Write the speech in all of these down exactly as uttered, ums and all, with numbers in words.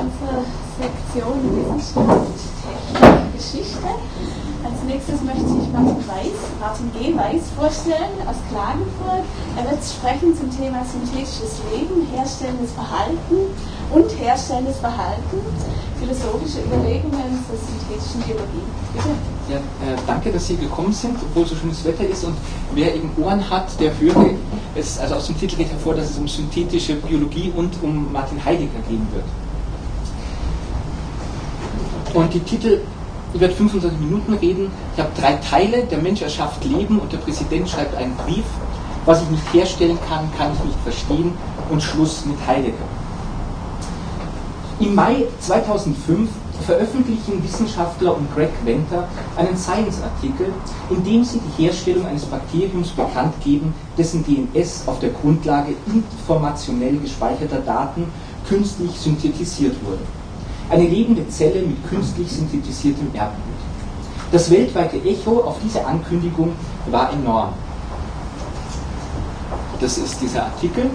unserer Sektion Wissenschaft, Technik, Geschichte. Als nächstes möchte ich Martin Weiß, Martin G. Weiß vorstellen aus Klagenfurt. Er wird sprechen zum Thema synthetisches Leben, herstellendes Verhalten und herstellendes Verhalten, philosophische Überlegungen zur synthetischen Biologie. Bitte. Ja, äh, danke, dass Sie gekommen sind, obwohl so schönes Wetter ist, und wer eben Ohren hat, der höre, es, also aus dem Titel geht hervor, dass es um synthetische Biologie und um Martin Heidegger gehen wird. Und die Titel, ich werde fünfundzwanzig Minuten reden, ich habe drei Teile: Der Mensch erschafft Leben und der Präsident schreibt einen Brief, was ich nicht herstellen kann, kann ich nicht verstehen, und Schluss mit Heidegger. Im Mai zweitausendfünf veröffentlichen Wissenschaftler um Greg Venter einen Science-Artikel, in dem sie die Herstellung eines Bakteriums bekannt geben, dessen D N S auf der Grundlage informationell gespeicherter Daten künstlich synthetisiert wurde. Eine lebende Zelle mit künstlich synthetisiertem Erbgut. Das weltweite Echo auf diese Ankündigung war enorm. Das ist dieser Artikel.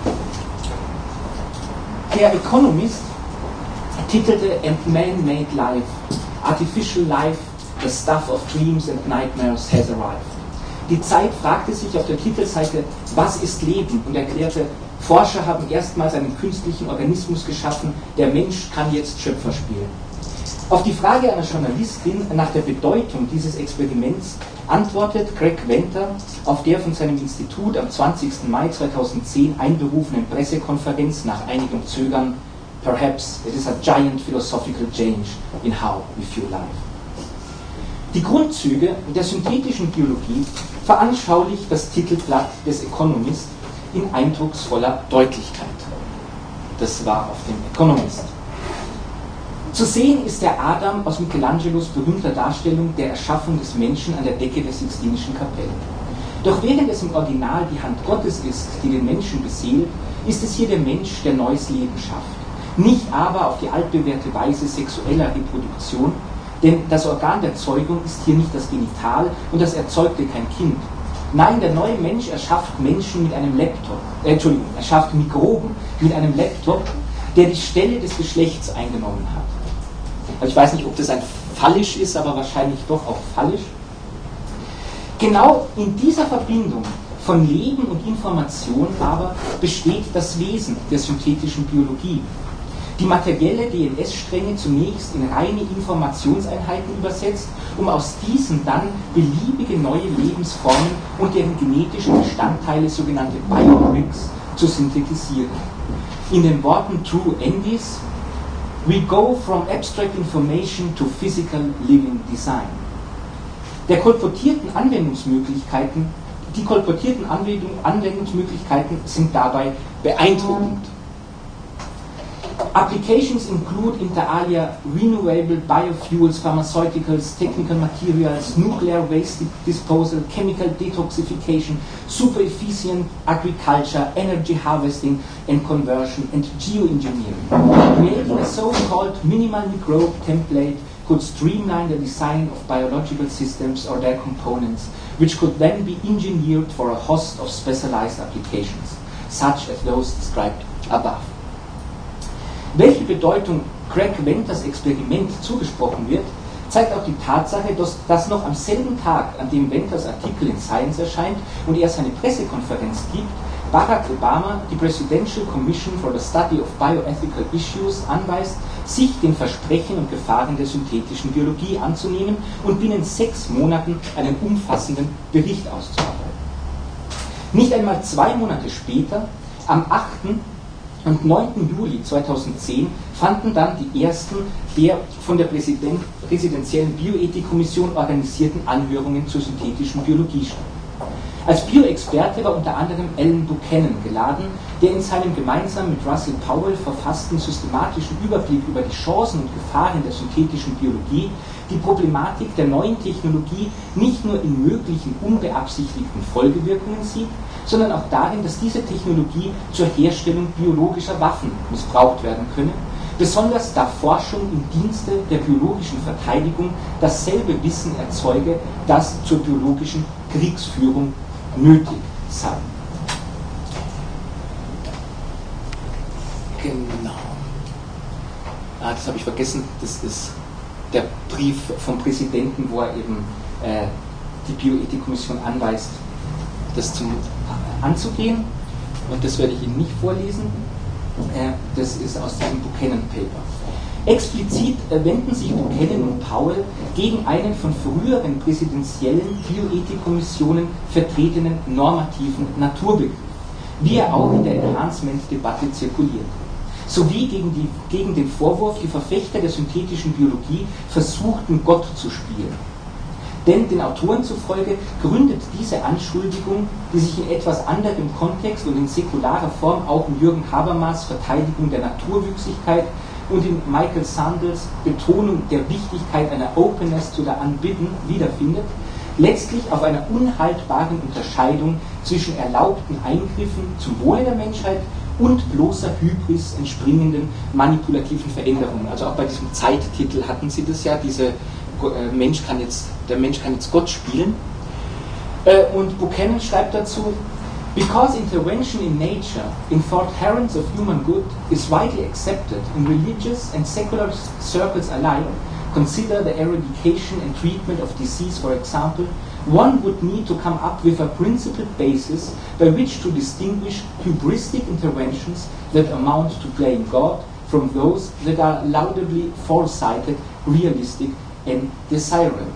Der Economist titelte And Man-Made Life, Artificial Life, the Stuff of Dreams and Nightmares has arrived. Die Zeit fragte sich auf der Titelseite, was ist Leben? Und erklärte, Forscher haben erstmals einen künstlichen Organismus geschaffen, der Mensch kann jetzt Schöpfer spielen. Auf die Frage einer Journalistin nach der Bedeutung dieses Experiments antwortet Greg Venter auf der von seinem Institut am zwanzigsten Mai zweitausendzehn einberufenen Pressekonferenz nach einigem Zögern: Perhaps it is a giant philosophical change in how we feel life. Die Grundzüge der synthetischen Biologie veranschaulicht das Titelblatt des Economist in eindrucksvoller Deutlichkeit. Das war auf dem Economist. Zu sehen ist der Adam aus Michelangelos berühmter Darstellung der Erschaffung des Menschen an der Decke der Sixtinischen Kapelle. Doch während es im Original die Hand Gottes ist, die den Menschen beseelt, ist es hier der Mensch, der neues Leben schafft. Nicht aber auf die altbewährte Weise sexueller Reproduktion, denn das Organ der Zeugung ist hier nicht das Genital und das erzeugte kein Kind. Nein, der neue Mensch erschafft Menschen mit einem Laptop, äh, Entschuldigung, erschafft Mikroben mit einem Laptop, der die Stelle des Geschlechts eingenommen hat. Also ich weiß nicht, ob das ein Fallisch ist, aber wahrscheinlich doch auch fallisch. Genau in dieser Verbindung von Leben und Information aber besteht das Wesen der synthetischen Biologie. Die materielle D N S-Stränge zunächst in reine Informationseinheiten übersetzt, um aus diesen dann beliebige neue Lebensformen und deren genetischen Bestandteile, sogenannte Biobricks, zu synthetisieren. In den Worten Drew Endies: We go from abstract information to physical living design. Der kolportierten Anwendungsmöglichkeiten, die kolportierten Anwendungsmöglichkeiten sind dabei beeindruckend. Applications include inter alia renewable biofuels, pharmaceuticals, technical materials, nuclear waste disposal, chemical detoxification, super efficient agriculture, energy harvesting and conversion, and geoengineering. Creating a so-called minimal microbe template could streamline the design of biological systems or their components, which could then be engineered for a host of specialized applications, such as those described above. Welche Bedeutung Greg Venters Experiment zugesprochen wird, zeigt auch die Tatsache, dass, dass noch am selben Tag, an dem Venters Artikel in Science erscheint und er seine Pressekonferenz gibt, Barack Obama die Presidential Commission for the Study of Bioethical Issues anweist, sich den Versprechen und Gefahren der synthetischen Biologie anzunehmen und binnen sechs Monaten einen umfassenden Bericht auszuarbeiten. Nicht einmal zwei Monate später, am achten und neunten Juli zweitausendzehn, fanden dann die ersten der von der Präsident, präsidentiellen Bioethikkommission organisierten Anhörungen zur synthetischen Biologie statt. Als Bioexperte war unter anderem Alan Buchanan geladen, der in seinem gemeinsam mit Russell Powell verfassten systematischen Überblick über die Chancen und Gefahren der synthetischen Biologie die Problematik der neuen Technologie nicht nur in möglichen unbeabsichtigten Folgewirkungen sieht, sondern auch darin, dass diese Technologie zur Herstellung biologischer Waffen missbraucht werden könne, besonders da Forschung im Dienste der biologischen Verteidigung dasselbe Wissen erzeuge, das zur biologischen Kriegsführung nötig sei. Genau. ah, das habe ich vergessen, das ist der Brief vom Präsidenten, wo er eben äh, die Bioethikkommission anweist, das zum, äh, anzugehen. Und das werde ich Ihnen nicht vorlesen. Äh, das ist aus dem Buchanan Paper. Explizit äh, wenden sich Buchanan und Powell gegen einen von früheren präsidentiellen Bioethikkommissionen vertretenen normativen Naturbegriff, wie er auch in der Enhancement-Debatte zirkuliert, sowie gegen, die, gegen den Vorwurf, die Verfechter der synthetischen Biologie versuchten, Gott zu spielen. Denn den Autoren zufolge gründet diese Anschuldigung, die sich in etwas anderem Kontext und in säkularer Form auch in Jürgen Habermas Verteidigung der Naturwüchsigkeit und in Michael Sandels Betonung der Wichtigkeit einer Openness to the Unbidden wiederfindet, letztlich auf einer unhaltbaren Unterscheidung zwischen erlaubten Eingriffen zum Wohle der Menschheit und bloßer Hybris entspringenden manipulativen Veränderungen. Also auch bei diesem Zeittitel hatten Sie das ja, diese äh, Mensch kann jetzt, der Mensch kann jetzt Gott spielen. Äh, und Buchanan schreibt dazu, because intervention in nature, in forbearance of human good, is widely accepted in religious and secular circles alike, consider the eradication and treatment of disease, for example, one would need to come up with a principled basis by which to distinguish hubristic interventions that amount to playing God from those that are laudably foresighted, realistic and desirable.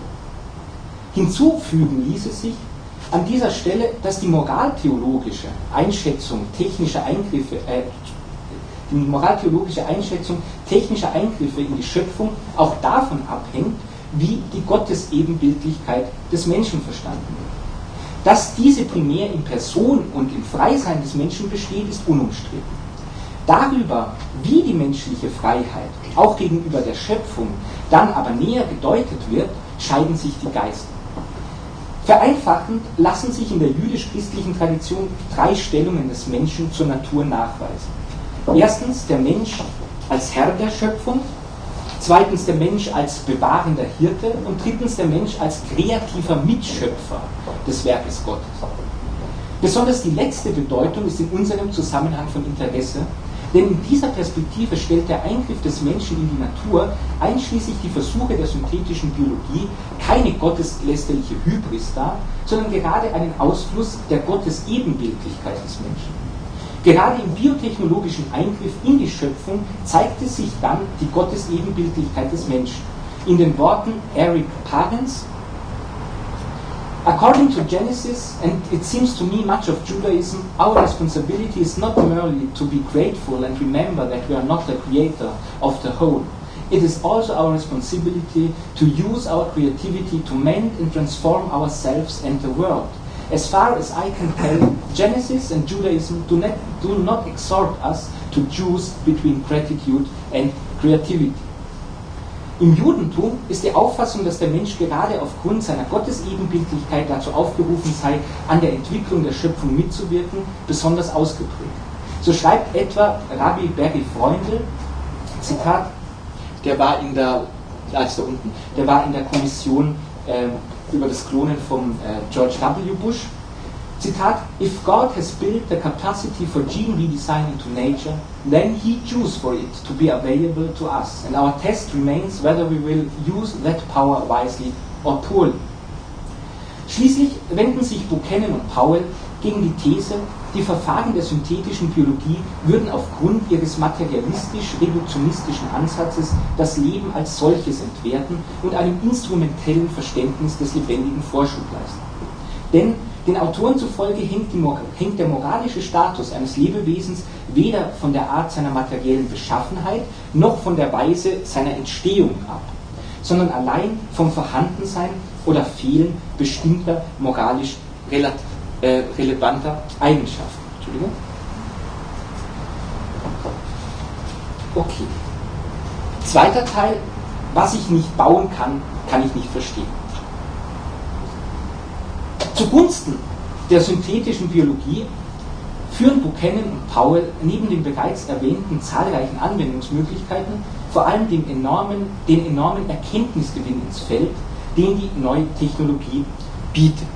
Hinzufügen ließe sich an dieser Stelle, dass die moraltheologische Einschätzung technischer Eingriffe, äh, die moraltheologische Einschätzung technischer Eingriffe in die Schöpfung auch davon abhängt, wie die Gottesebenbildlichkeit des Menschen verstanden wird. Dass diese primär in Person und im Freisein des Menschen besteht, ist unumstritten. Darüber, wie die menschliche Freiheit auch gegenüber der Schöpfung dann aber näher gedeutet wird, scheiden sich die Geister. Vereinfachend lassen sich in der jüdisch-christlichen Tradition drei Stellungen des Menschen zur Natur nachweisen. Erstens der Mensch als Herr der Schöpfung, zweitens der Mensch als bewahrender Hirte und drittens der Mensch als kreativer Mitschöpfer des Werkes Gottes. Besonders die letzte Bedeutung ist in unserem Zusammenhang von Interesse, denn in dieser Perspektive stellt der Eingriff des Menschen in die Natur, einschließlich die Versuche der synthetischen Biologie, keine gotteslästerliche Hybris dar, sondern gerade einen Ausfluss der Gottesebenbildlichkeit des Menschen. Gerade im biotechnologischen Eingriff in die Schöpfung zeigte sich dann die Gottesebenbildlichkeit des Menschen. In den Worten Eric Parents: According to Genesis, and it seems to me much of Judaism, our responsibility is not merely to be grateful and remember that we are not the creator of the whole. It is also our responsibility to use our creativity to mend and transform ourselves and the world. As far as I can tell, Genesis and Judaism do not, do not exhort us to choose between gratitude and creativity. Im Judentum ist die Auffassung, dass der Mensch gerade aufgrund seiner Gottesebenbildlichkeit dazu aufgerufen sei, an der Entwicklung der Schöpfung mitzuwirken, besonders ausgeprägt. So schreibt etwa Rabbi Berry Freundl, Zitat, der war in der, da ist da unten, der war in der Kommission äh, über das Klonen von äh, George W. Bush. Zitat, if God has built the capacity for gene redesign into nature, then he chose for it to be available to us. And our test remains whether we will use that power wisely or poorly. Schließlich wenden sich Buchanan und Powell gegen die These, die Verfahren der synthetischen Biologie würden aufgrund ihres materialistisch-reduktionistischen Ansatzes das Leben als solches entwerten und einem instrumentellen Verständnis des Lebendigen Vorschub leisten. Denn den Autoren zufolge hängt, die, hängt der moralische Status eines Lebewesens weder von der Art seiner materiellen Beschaffenheit noch von der Weise seiner Entstehung ab, sondern allein vom Vorhandensein oder Fehlen bestimmter moralisch relat, äh, relevanter Eigenschaften. Entschuldigung. Okay. Zweiter Teil, was ich nicht bauen kann, kann ich nicht verstehen. Zugunsten der synthetischen Biologie führen Buchanan und Powell neben den bereits erwähnten zahlreichen Anwendungsmöglichkeiten vor allem den enormen, den enormen Erkenntnisgewinn ins Feld, den die neue Technologie bietet.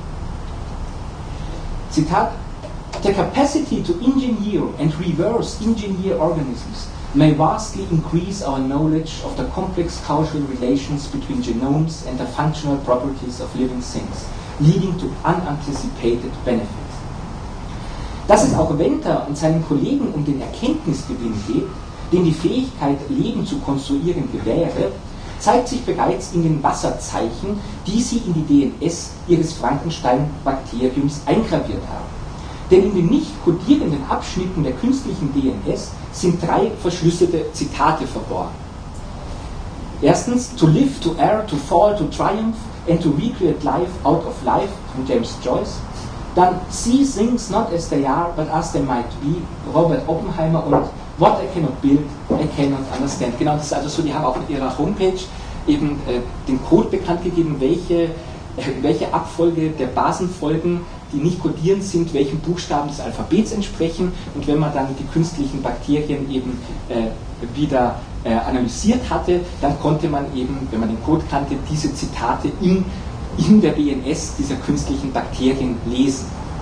Zitat: The capacity to engineer and reverse engineer organisms may vastly increase our knowledge of the complex causal relations between genomes and the functional properties of living things, leading to unanticipated benefits. Dass es auch Venter und seinen Kollegen um den Erkenntnisgewinn geht, den die Fähigkeit, Leben zu konstruieren gewähre, zeigt sich bereits in den Wasserzeichen, die sie in die D N S ihres Frankenstein-Bakteriums eingraviert haben. Denn in den nicht kodierenden Abschnitten der künstlichen D N S sind drei verschlüsselte Zitate verborgen. Erstens, to live, to err, to fall, to triumph and to recreate life out of life von James Joyce. Dann see things not as they are, but as they might be, Robert Oppenheimer, und what I cannot build, I cannot understand. Genau, das ist also so, die haben auch auf ihrer Homepage eben äh, den Code bekannt gegeben, welche, äh, welche Abfolge der Basenfolgen, die nicht kodierend sind, welchen Buchstaben des Alphabets entsprechen, und wenn man dann die künstlichen Bakterien eben äh, wieder äh, analysiert hatte, dann konnte man eben, wenn man den Code kannte, diese Zitate in, in der D N S dieser künstlichen Bakterien lesen.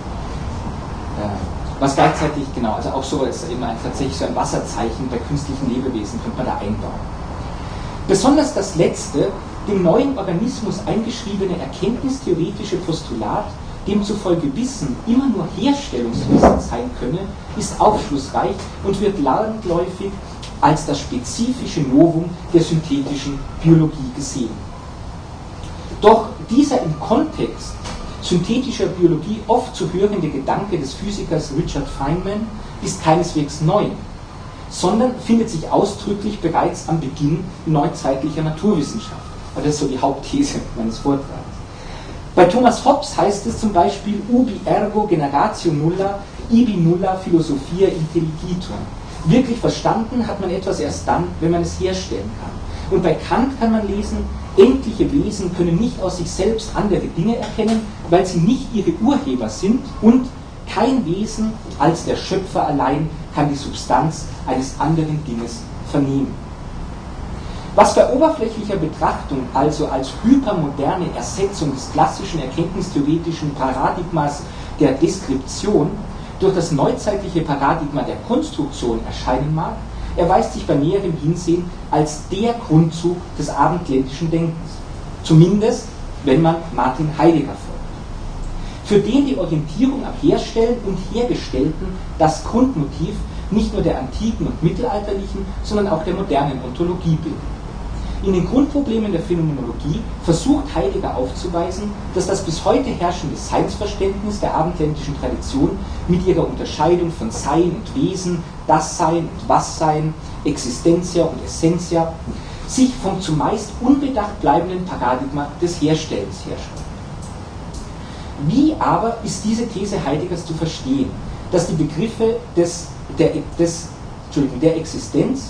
Äh, was gleichzeitig, genau, also auch so ist eben ein, tatsächlich so ein Wasserzeichen bei künstlichen Lebewesen, könnte man da einbauen. Besonders das letzte, dem neuen Organismus eingeschriebene erkenntnistheoretische Postulat, demzufolge Wissen immer nur Herstellungswissen sein könne, ist aufschlussreich und wird landläufig als das spezifische Novum der synthetischen Biologie gesehen. Doch dieser im Kontext synthetischer Biologie oft zu hörende Gedanke des Physikers Richard Feynman ist keineswegs neu, sondern findet sich ausdrücklich bereits am Beginn neuzeitlicher Naturwissenschaft. Das ist so die Hauptthese meines Vortrags. Bei Thomas Hobbes heißt es zum Beispiel ubi ergo generatio nulla, ibi nulla philosophia intelligitur. Wirklich verstanden hat man etwas erst dann, wenn man es herstellen kann. Und bei Kant kann man lesen, endliche Wesen können nicht aus sich selbst andere Dinge erkennen, weil sie nicht ihre Urheber sind, und kein Wesen als der Schöpfer allein kann die Substanz eines anderen Dinges vernehmen. Was bei oberflächlicher Betrachtung also als hypermoderne Ersetzung des klassischen erkenntnistheoretischen Paradigmas der Deskription durch das neuzeitliche Paradigma der Konstruktion erscheinen mag, erweist sich bei näherem Hinsehen als der Grundzug des abendländischen Denkens. Zumindest, wenn man Martin Heidegger folgt, für den die Orientierung am Herstellen und Hergestellten das Grundmotiv nicht nur der antiken und mittelalterlichen, sondern auch der modernen Ontologie bildet. In den Grundproblemen der Phänomenologie versucht Heidegger aufzuweisen, dass das bis heute herrschende Seinsverständnis der abendländischen Tradition mit ihrer Unterscheidung von Sein und Wesen, Dassein und Wassein, Existentia und Essentia sich vom zumeist unbedacht bleibenden Paradigma des Herstellens herstellt. Wie aber ist diese These Heideggers zu verstehen, dass die Begriffe des, der, des, Entschuldigung, der Existenz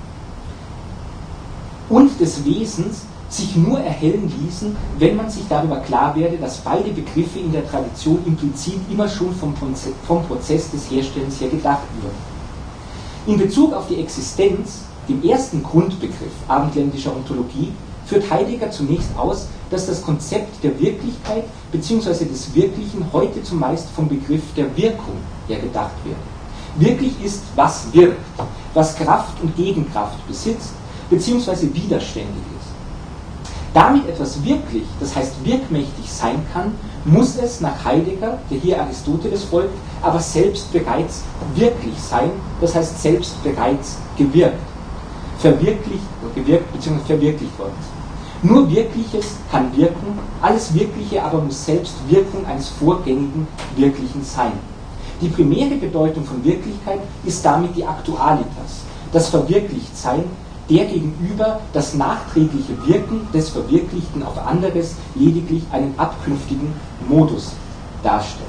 und des Wesens sich nur erhellen ließen, wenn man sich darüber klar werde, dass beide Begriffe in der Tradition implizit immer schon vom, vom Prozess des Herstellens her gedacht wurden. In Bezug auf die Existenz, dem ersten Grundbegriff abendländischer Ontologie, führt Heidegger zunächst aus, dass das Konzept der Wirklichkeit bzw. des Wirklichen heute zumeist vom Begriff der Wirkung her gedacht wird. Wirklich ist, was wirkt, was Kraft und Gegenkraft besitzt, beziehungsweise widerständig ist. Damit etwas wirklich, das heißt wirkmächtig sein kann, muss es nach Heidegger, der hier Aristoteles folgt, aber selbst bereits wirklich sein, das heißt selbst bereits gewirkt, verwirklicht, gewirkt bzw. verwirklicht worden. Nur Wirkliches kann wirken, alles Wirkliche aber muss selbst Wirkung eines vorgängigen Wirklichen sein. Die primäre Bedeutung von Wirklichkeit ist damit die Aktualitas, das Verwirklichtsein, der gegenüber das nachträgliche Wirken des Verwirklichten auf anderes lediglich einen abkünftigen Modus darstellt.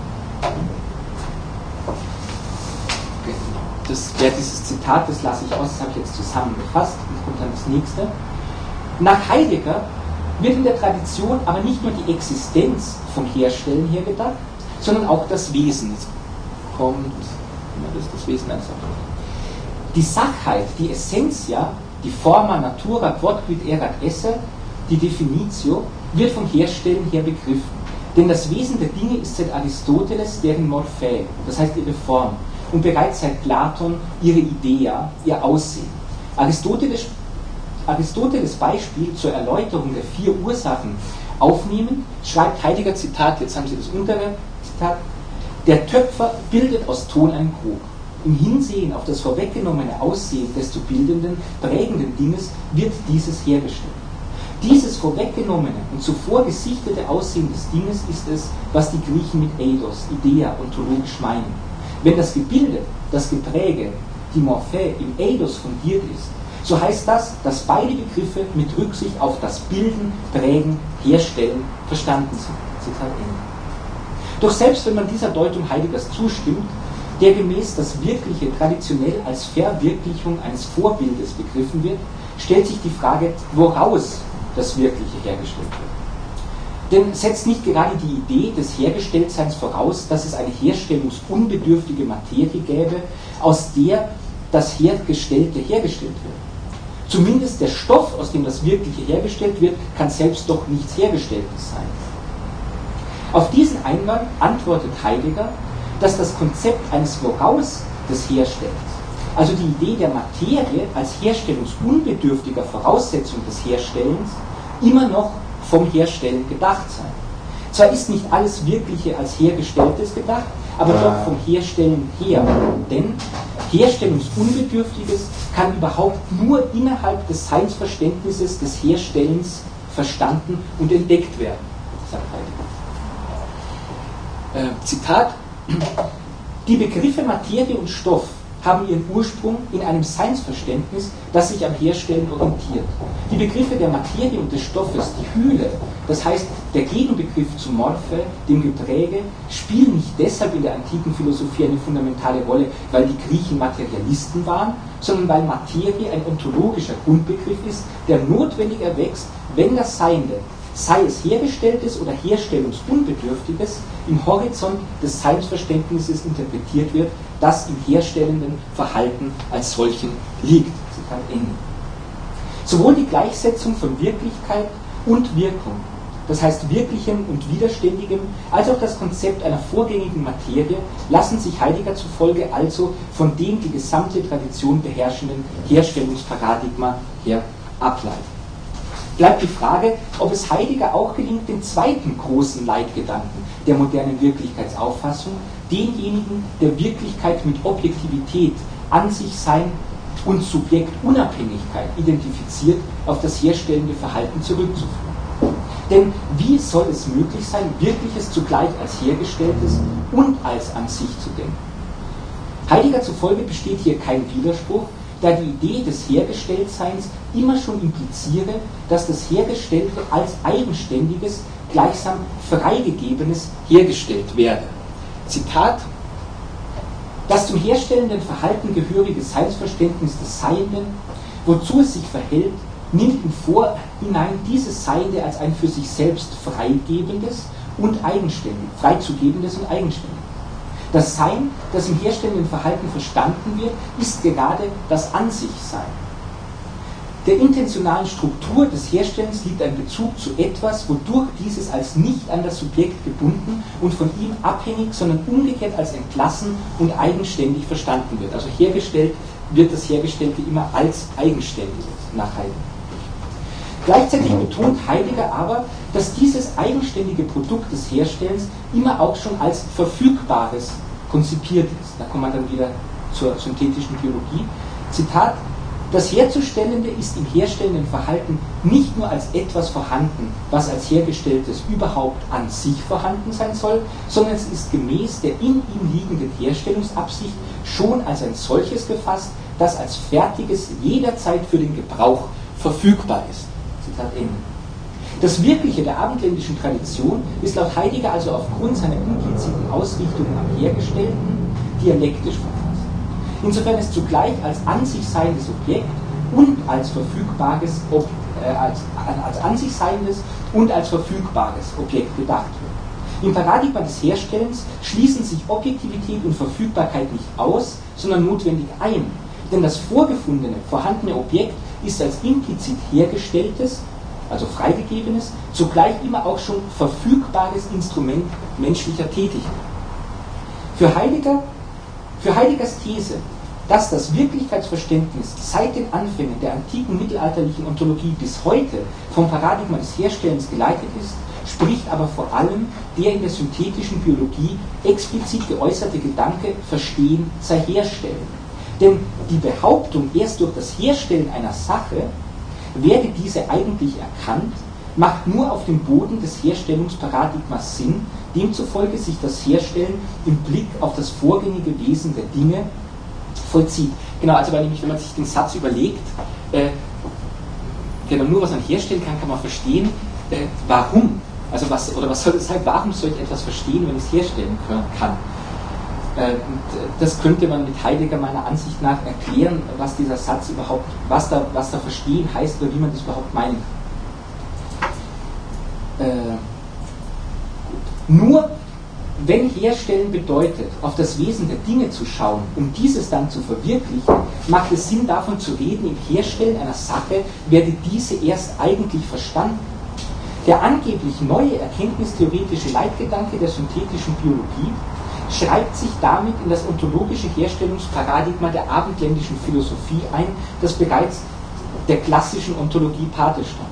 Das wäre dieses Zitat, das lasse ich aus, das habe ich jetzt zusammengefasst, und kommt dann das nächste. Nach Heidegger wird in der Tradition aber nicht nur die Existenz vom Herstellen her gedacht, sondern auch das Wesen. Jetzt kommt das, das Wesen als Die Sachheit, die Essentia, die Forma natura quod quid erat esse, die Definitio, wird vom Herstellen her begriffen. Denn das Wesen der Dinge ist seit Aristoteles deren Morphä, das heißt ihre Form. und bereits seit Platon ihre Idea, ihr Aussehen. Aristoteles, Aristoteles Beispiel zur Erläuterung der vier Ursachen aufnehmen, schreibt Heidegger, Zitat, jetzt haben Sie das untere Zitat, der Töpfer bildet aus Ton einen Krug. Im Hinsehen auf das vorweggenommene Aussehen des zu bildenden, prägenden Dinges wird dieses hergestellt. Dieses vorweggenommene und zuvor gesichtete Aussehen des Dinges ist es, was die Griechen mit Eidos, Idea, ontologisch meinen. Wenn das Gebilde, das Gepräge, die Morphä im Eidos fundiert ist, so heißt das, dass beide Begriffe mit Rücksicht auf das Bilden, Prägen, Herstellen verstanden sind. Zitat Ende. Doch selbst wenn man dieser Deutung Heideggers zustimmt, der gemäß das Wirkliche traditionell als Verwirklichung eines Vorbildes begriffen wird, stellt sich die Frage, woraus das Wirkliche hergestellt wird. Denn setzt nicht gerade die Idee des Hergestelltseins voraus, dass es eine herstellungsunbedürftige Materie gäbe, aus der das Hergestellte hergestellt wird? Zumindest der Stoff, aus dem das Wirkliche hergestellt wird, kann selbst doch nichts Hergestelltes sein. Auf diesen Einwand antwortet Heidegger, dass das Konzept eines Woraus des Herstellens, also die Idee der Materie als herstellungsunbedürftiger Voraussetzung des Herstellens, immer noch vom Herstellen gedacht sei. Zwar ist nicht alles Wirkliche als Hergestelltes gedacht, aber doch vom Herstellen her, denn Herstellungsunbedürftiges kann überhaupt nur innerhalb des Seinsverständnisses des Herstellens verstanden und entdeckt werden, sagt Heidegger. Äh, Zitat: Die Begriffe Materie und Stoff haben ihren Ursprung in einem Seinsverständnis, das sich am Herstellen orientiert. Die Begriffe der Materie und des Stoffes, die Hülle, das heißt der Gegenbegriff zu Morphe, dem Gepräge, spielen nicht deshalb in der antiken Philosophie eine fundamentale Rolle, weil die Griechen Materialisten waren, sondern weil Materie ein ontologischer Grundbegriff ist, der notwendig erwächst, wenn das Seiende, sei es Hergestelltes oder Herstellungsunbedürftiges, im Horizont des Seinsverständnisses interpretiert wird, das im herstellenden Verhalten als solchen liegt. Zitat Ende. Sowohl die Gleichsetzung von Wirklichkeit und Wirkung, das heißt Wirklichem und Widerständigem, als auch das Konzept einer vorgängigen Materie lassen sich Heidegger zufolge also von dem die gesamte Tradition beherrschenden Herstellungsparadigma her ableiten. Bleibt die Frage, ob es Heidegger auch gelingt, den zweiten großen Leitgedanken der modernen Wirklichkeitsauffassung, denjenigen der Wirklichkeit mit Objektivität, Ansichsein und Subjektunabhängigkeit identifiziert, auf das herstellende Verhalten zurückzuführen. Denn wie soll es möglich sein, Wirkliches zugleich als Hergestelltes und als an sich zu denken? Heidegger zufolge besteht hier kein Widerspruch, da die Idee des Hergestelltseins immer schon impliziere, dass das Hergestellte als eigenständiges, gleichsam freigegebenes hergestellt werde. Zitat: Das zum herstellenden Verhalten gehörige Seinsverständnis des Seienden, wozu es sich verhält, nimmt im Vorhinein dieses Seiende als ein für sich selbst freigebendes und eigenständig, freizugebendes und eigenständig. Das Sein, das im herstellenden Verhalten verstanden wird, ist gerade das An-sich-Sein. Der intentionalen Struktur des Herstellens liegt ein Bezug zu etwas, wodurch dieses als nicht an das Subjekt gebunden und von ihm abhängig, sondern umgekehrt als entlassen und eigenständig verstanden wird. Also hergestellt wird das Hergestellte immer als eigenständiges nach Heidegger. Gleichzeitig betont Heidegger aber, dass dieses eigenständige Produkt des Herstellens immer auch schon als Verfügbares konzipiert ist. Da kommt man dann wieder zur synthetischen Biologie. Zitat: Das Herzustellende ist im herstellenden Verhalten nicht nur als etwas vorhanden, was als Hergestelltes überhaupt an sich vorhanden sein soll, sondern es ist gemäß der in ihm liegenden Herstellungsabsicht schon als ein solches gefasst, das als fertiges jederzeit für den Gebrauch verfügbar ist. Zitat Ende. Das Wirkliche der abendländischen Tradition ist laut Heidegger also aufgrund seiner impliziten Ausrichtung am Hergestellten dialektisch verfasst. Insofern es zugleich als an sich seiendes Objekt und als verfügbares, äh, als, als an sich seiendes und als verfügbares Objekt gedacht wird. Im Paradigma des Herstellens schließen sich Objektivität und Verfügbarkeit nicht aus, sondern notwendig ein. Denn das vorgefundene, vorhandene Objekt ist als implizit hergestelltes, also freigegebenes, zugleich immer auch schon verfügbares Instrument menschlicher Tätigkeit. Für Heidegger Für Heideggers These, dass das Wirklichkeitsverständnis seit den Anfängen der antiken mittelalterlichen Ontologie bis heute vom Paradigma des Herstellens geleitet ist, spricht aber vor allem der in der synthetischen Biologie explizit geäußerte Gedanke, Verstehen sei Herstellen. Denn die Behauptung, erst durch das Herstellen einer Sache werde diese eigentlich erkannt, macht nur auf dem Boden des Herstellungsparadigmas Sinn, demzufolge sich das Herstellen im Blick auf das vorgängige Wesen der Dinge vollzieht. Genau, also weil nämlich, wenn man sich den Satz überlegt, äh, genau, nur was man herstellen kann, kann man verstehen, äh, warum, also was, oder was soll es sein, warum soll ich etwas verstehen, wenn ich es herstellen kann? Äh, und das könnte man mit Heidegger meiner Ansicht nach erklären, was dieser Satz überhaupt, was da, was da verstehen heißt, oder wie man das überhaupt meinen kann. Äh, Nur wenn Herstellen bedeutet, auf das Wesen der Dinge zu schauen, um dieses dann zu verwirklichen, macht es Sinn, davon zu reden, im Herstellen einer Sache werde diese erst eigentlich verstanden. Der angeblich neue erkenntnistheoretische Leitgedanke der synthetischen Biologie schreibt sich damit in das ontologische Herstellungsparadigma der abendländischen Philosophie ein, das bereits der klassischen Ontologie Pate stand.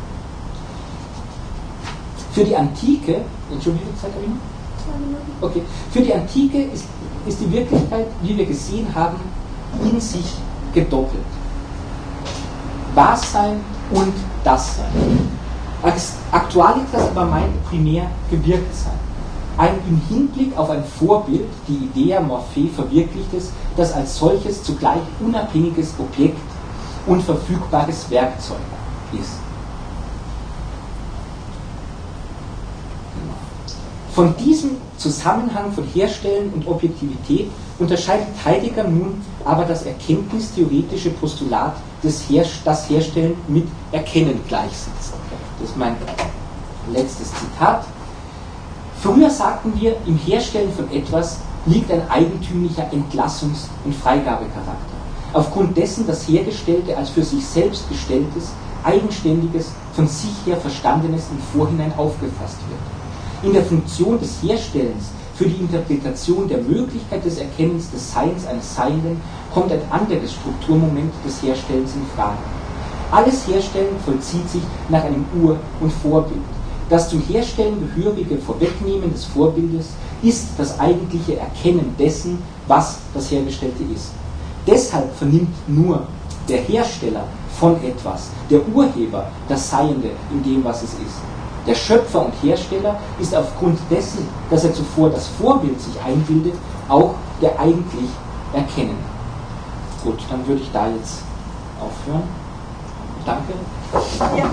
Für die Antike, Entschuldigung, Zeit habe ich noch? Zwei Minuten. Okay. Für die Antike ist, ist die Wirklichkeit, wie wir gesehen haben, in sich gedoppelt. Wahrsein und Dassein. Aktualitas aber meint primär Gewirktsein. Ein im Hinblick auf ein Vorbild, die Idea Morphe verwirklichtes, das als solches zugleich unabhängiges Objekt und verfügbares Werkzeug ist. Von diesem Zusammenhang von Herstellen und Objektivität unterscheidet Heidegger nun aber das erkenntnistheoretische Postulat, des Her das Herstellen mit Erkennen gleichsetzt. Das ist mein letztes Zitat. Früher sagten wir, im Herstellen von etwas liegt ein eigentümlicher Entlassungs- und Freigabecharakter. Aufgrund dessen das Hergestellte als für sich selbst gestelltes, eigenständiges, von sich her Verstandenes im Vorhinein aufgefasst wird. In der Funktion des Herstellens für die Interpretation der Möglichkeit des Erkennens des Seins eines Seienden kommt ein anderes Strukturmoment des Herstellens in Frage. Alles Herstellen vollzieht sich nach einem Ur- und Vorbild. Das zum Herstellen gehörige Vorwegnehmen des Vorbildes ist das eigentliche Erkennen dessen, was das Hergestellte ist. Deshalb vernimmt nur der Hersteller von etwas, der Urheber, das Seiende in dem, was es ist. Der Schöpfer und Hersteller ist aufgrund dessen, dass er zuvor das Vorbild sich einbildet, auch der eigentlich Erkennende. Gut, dann würde ich da jetzt aufhören. Danke. Ja.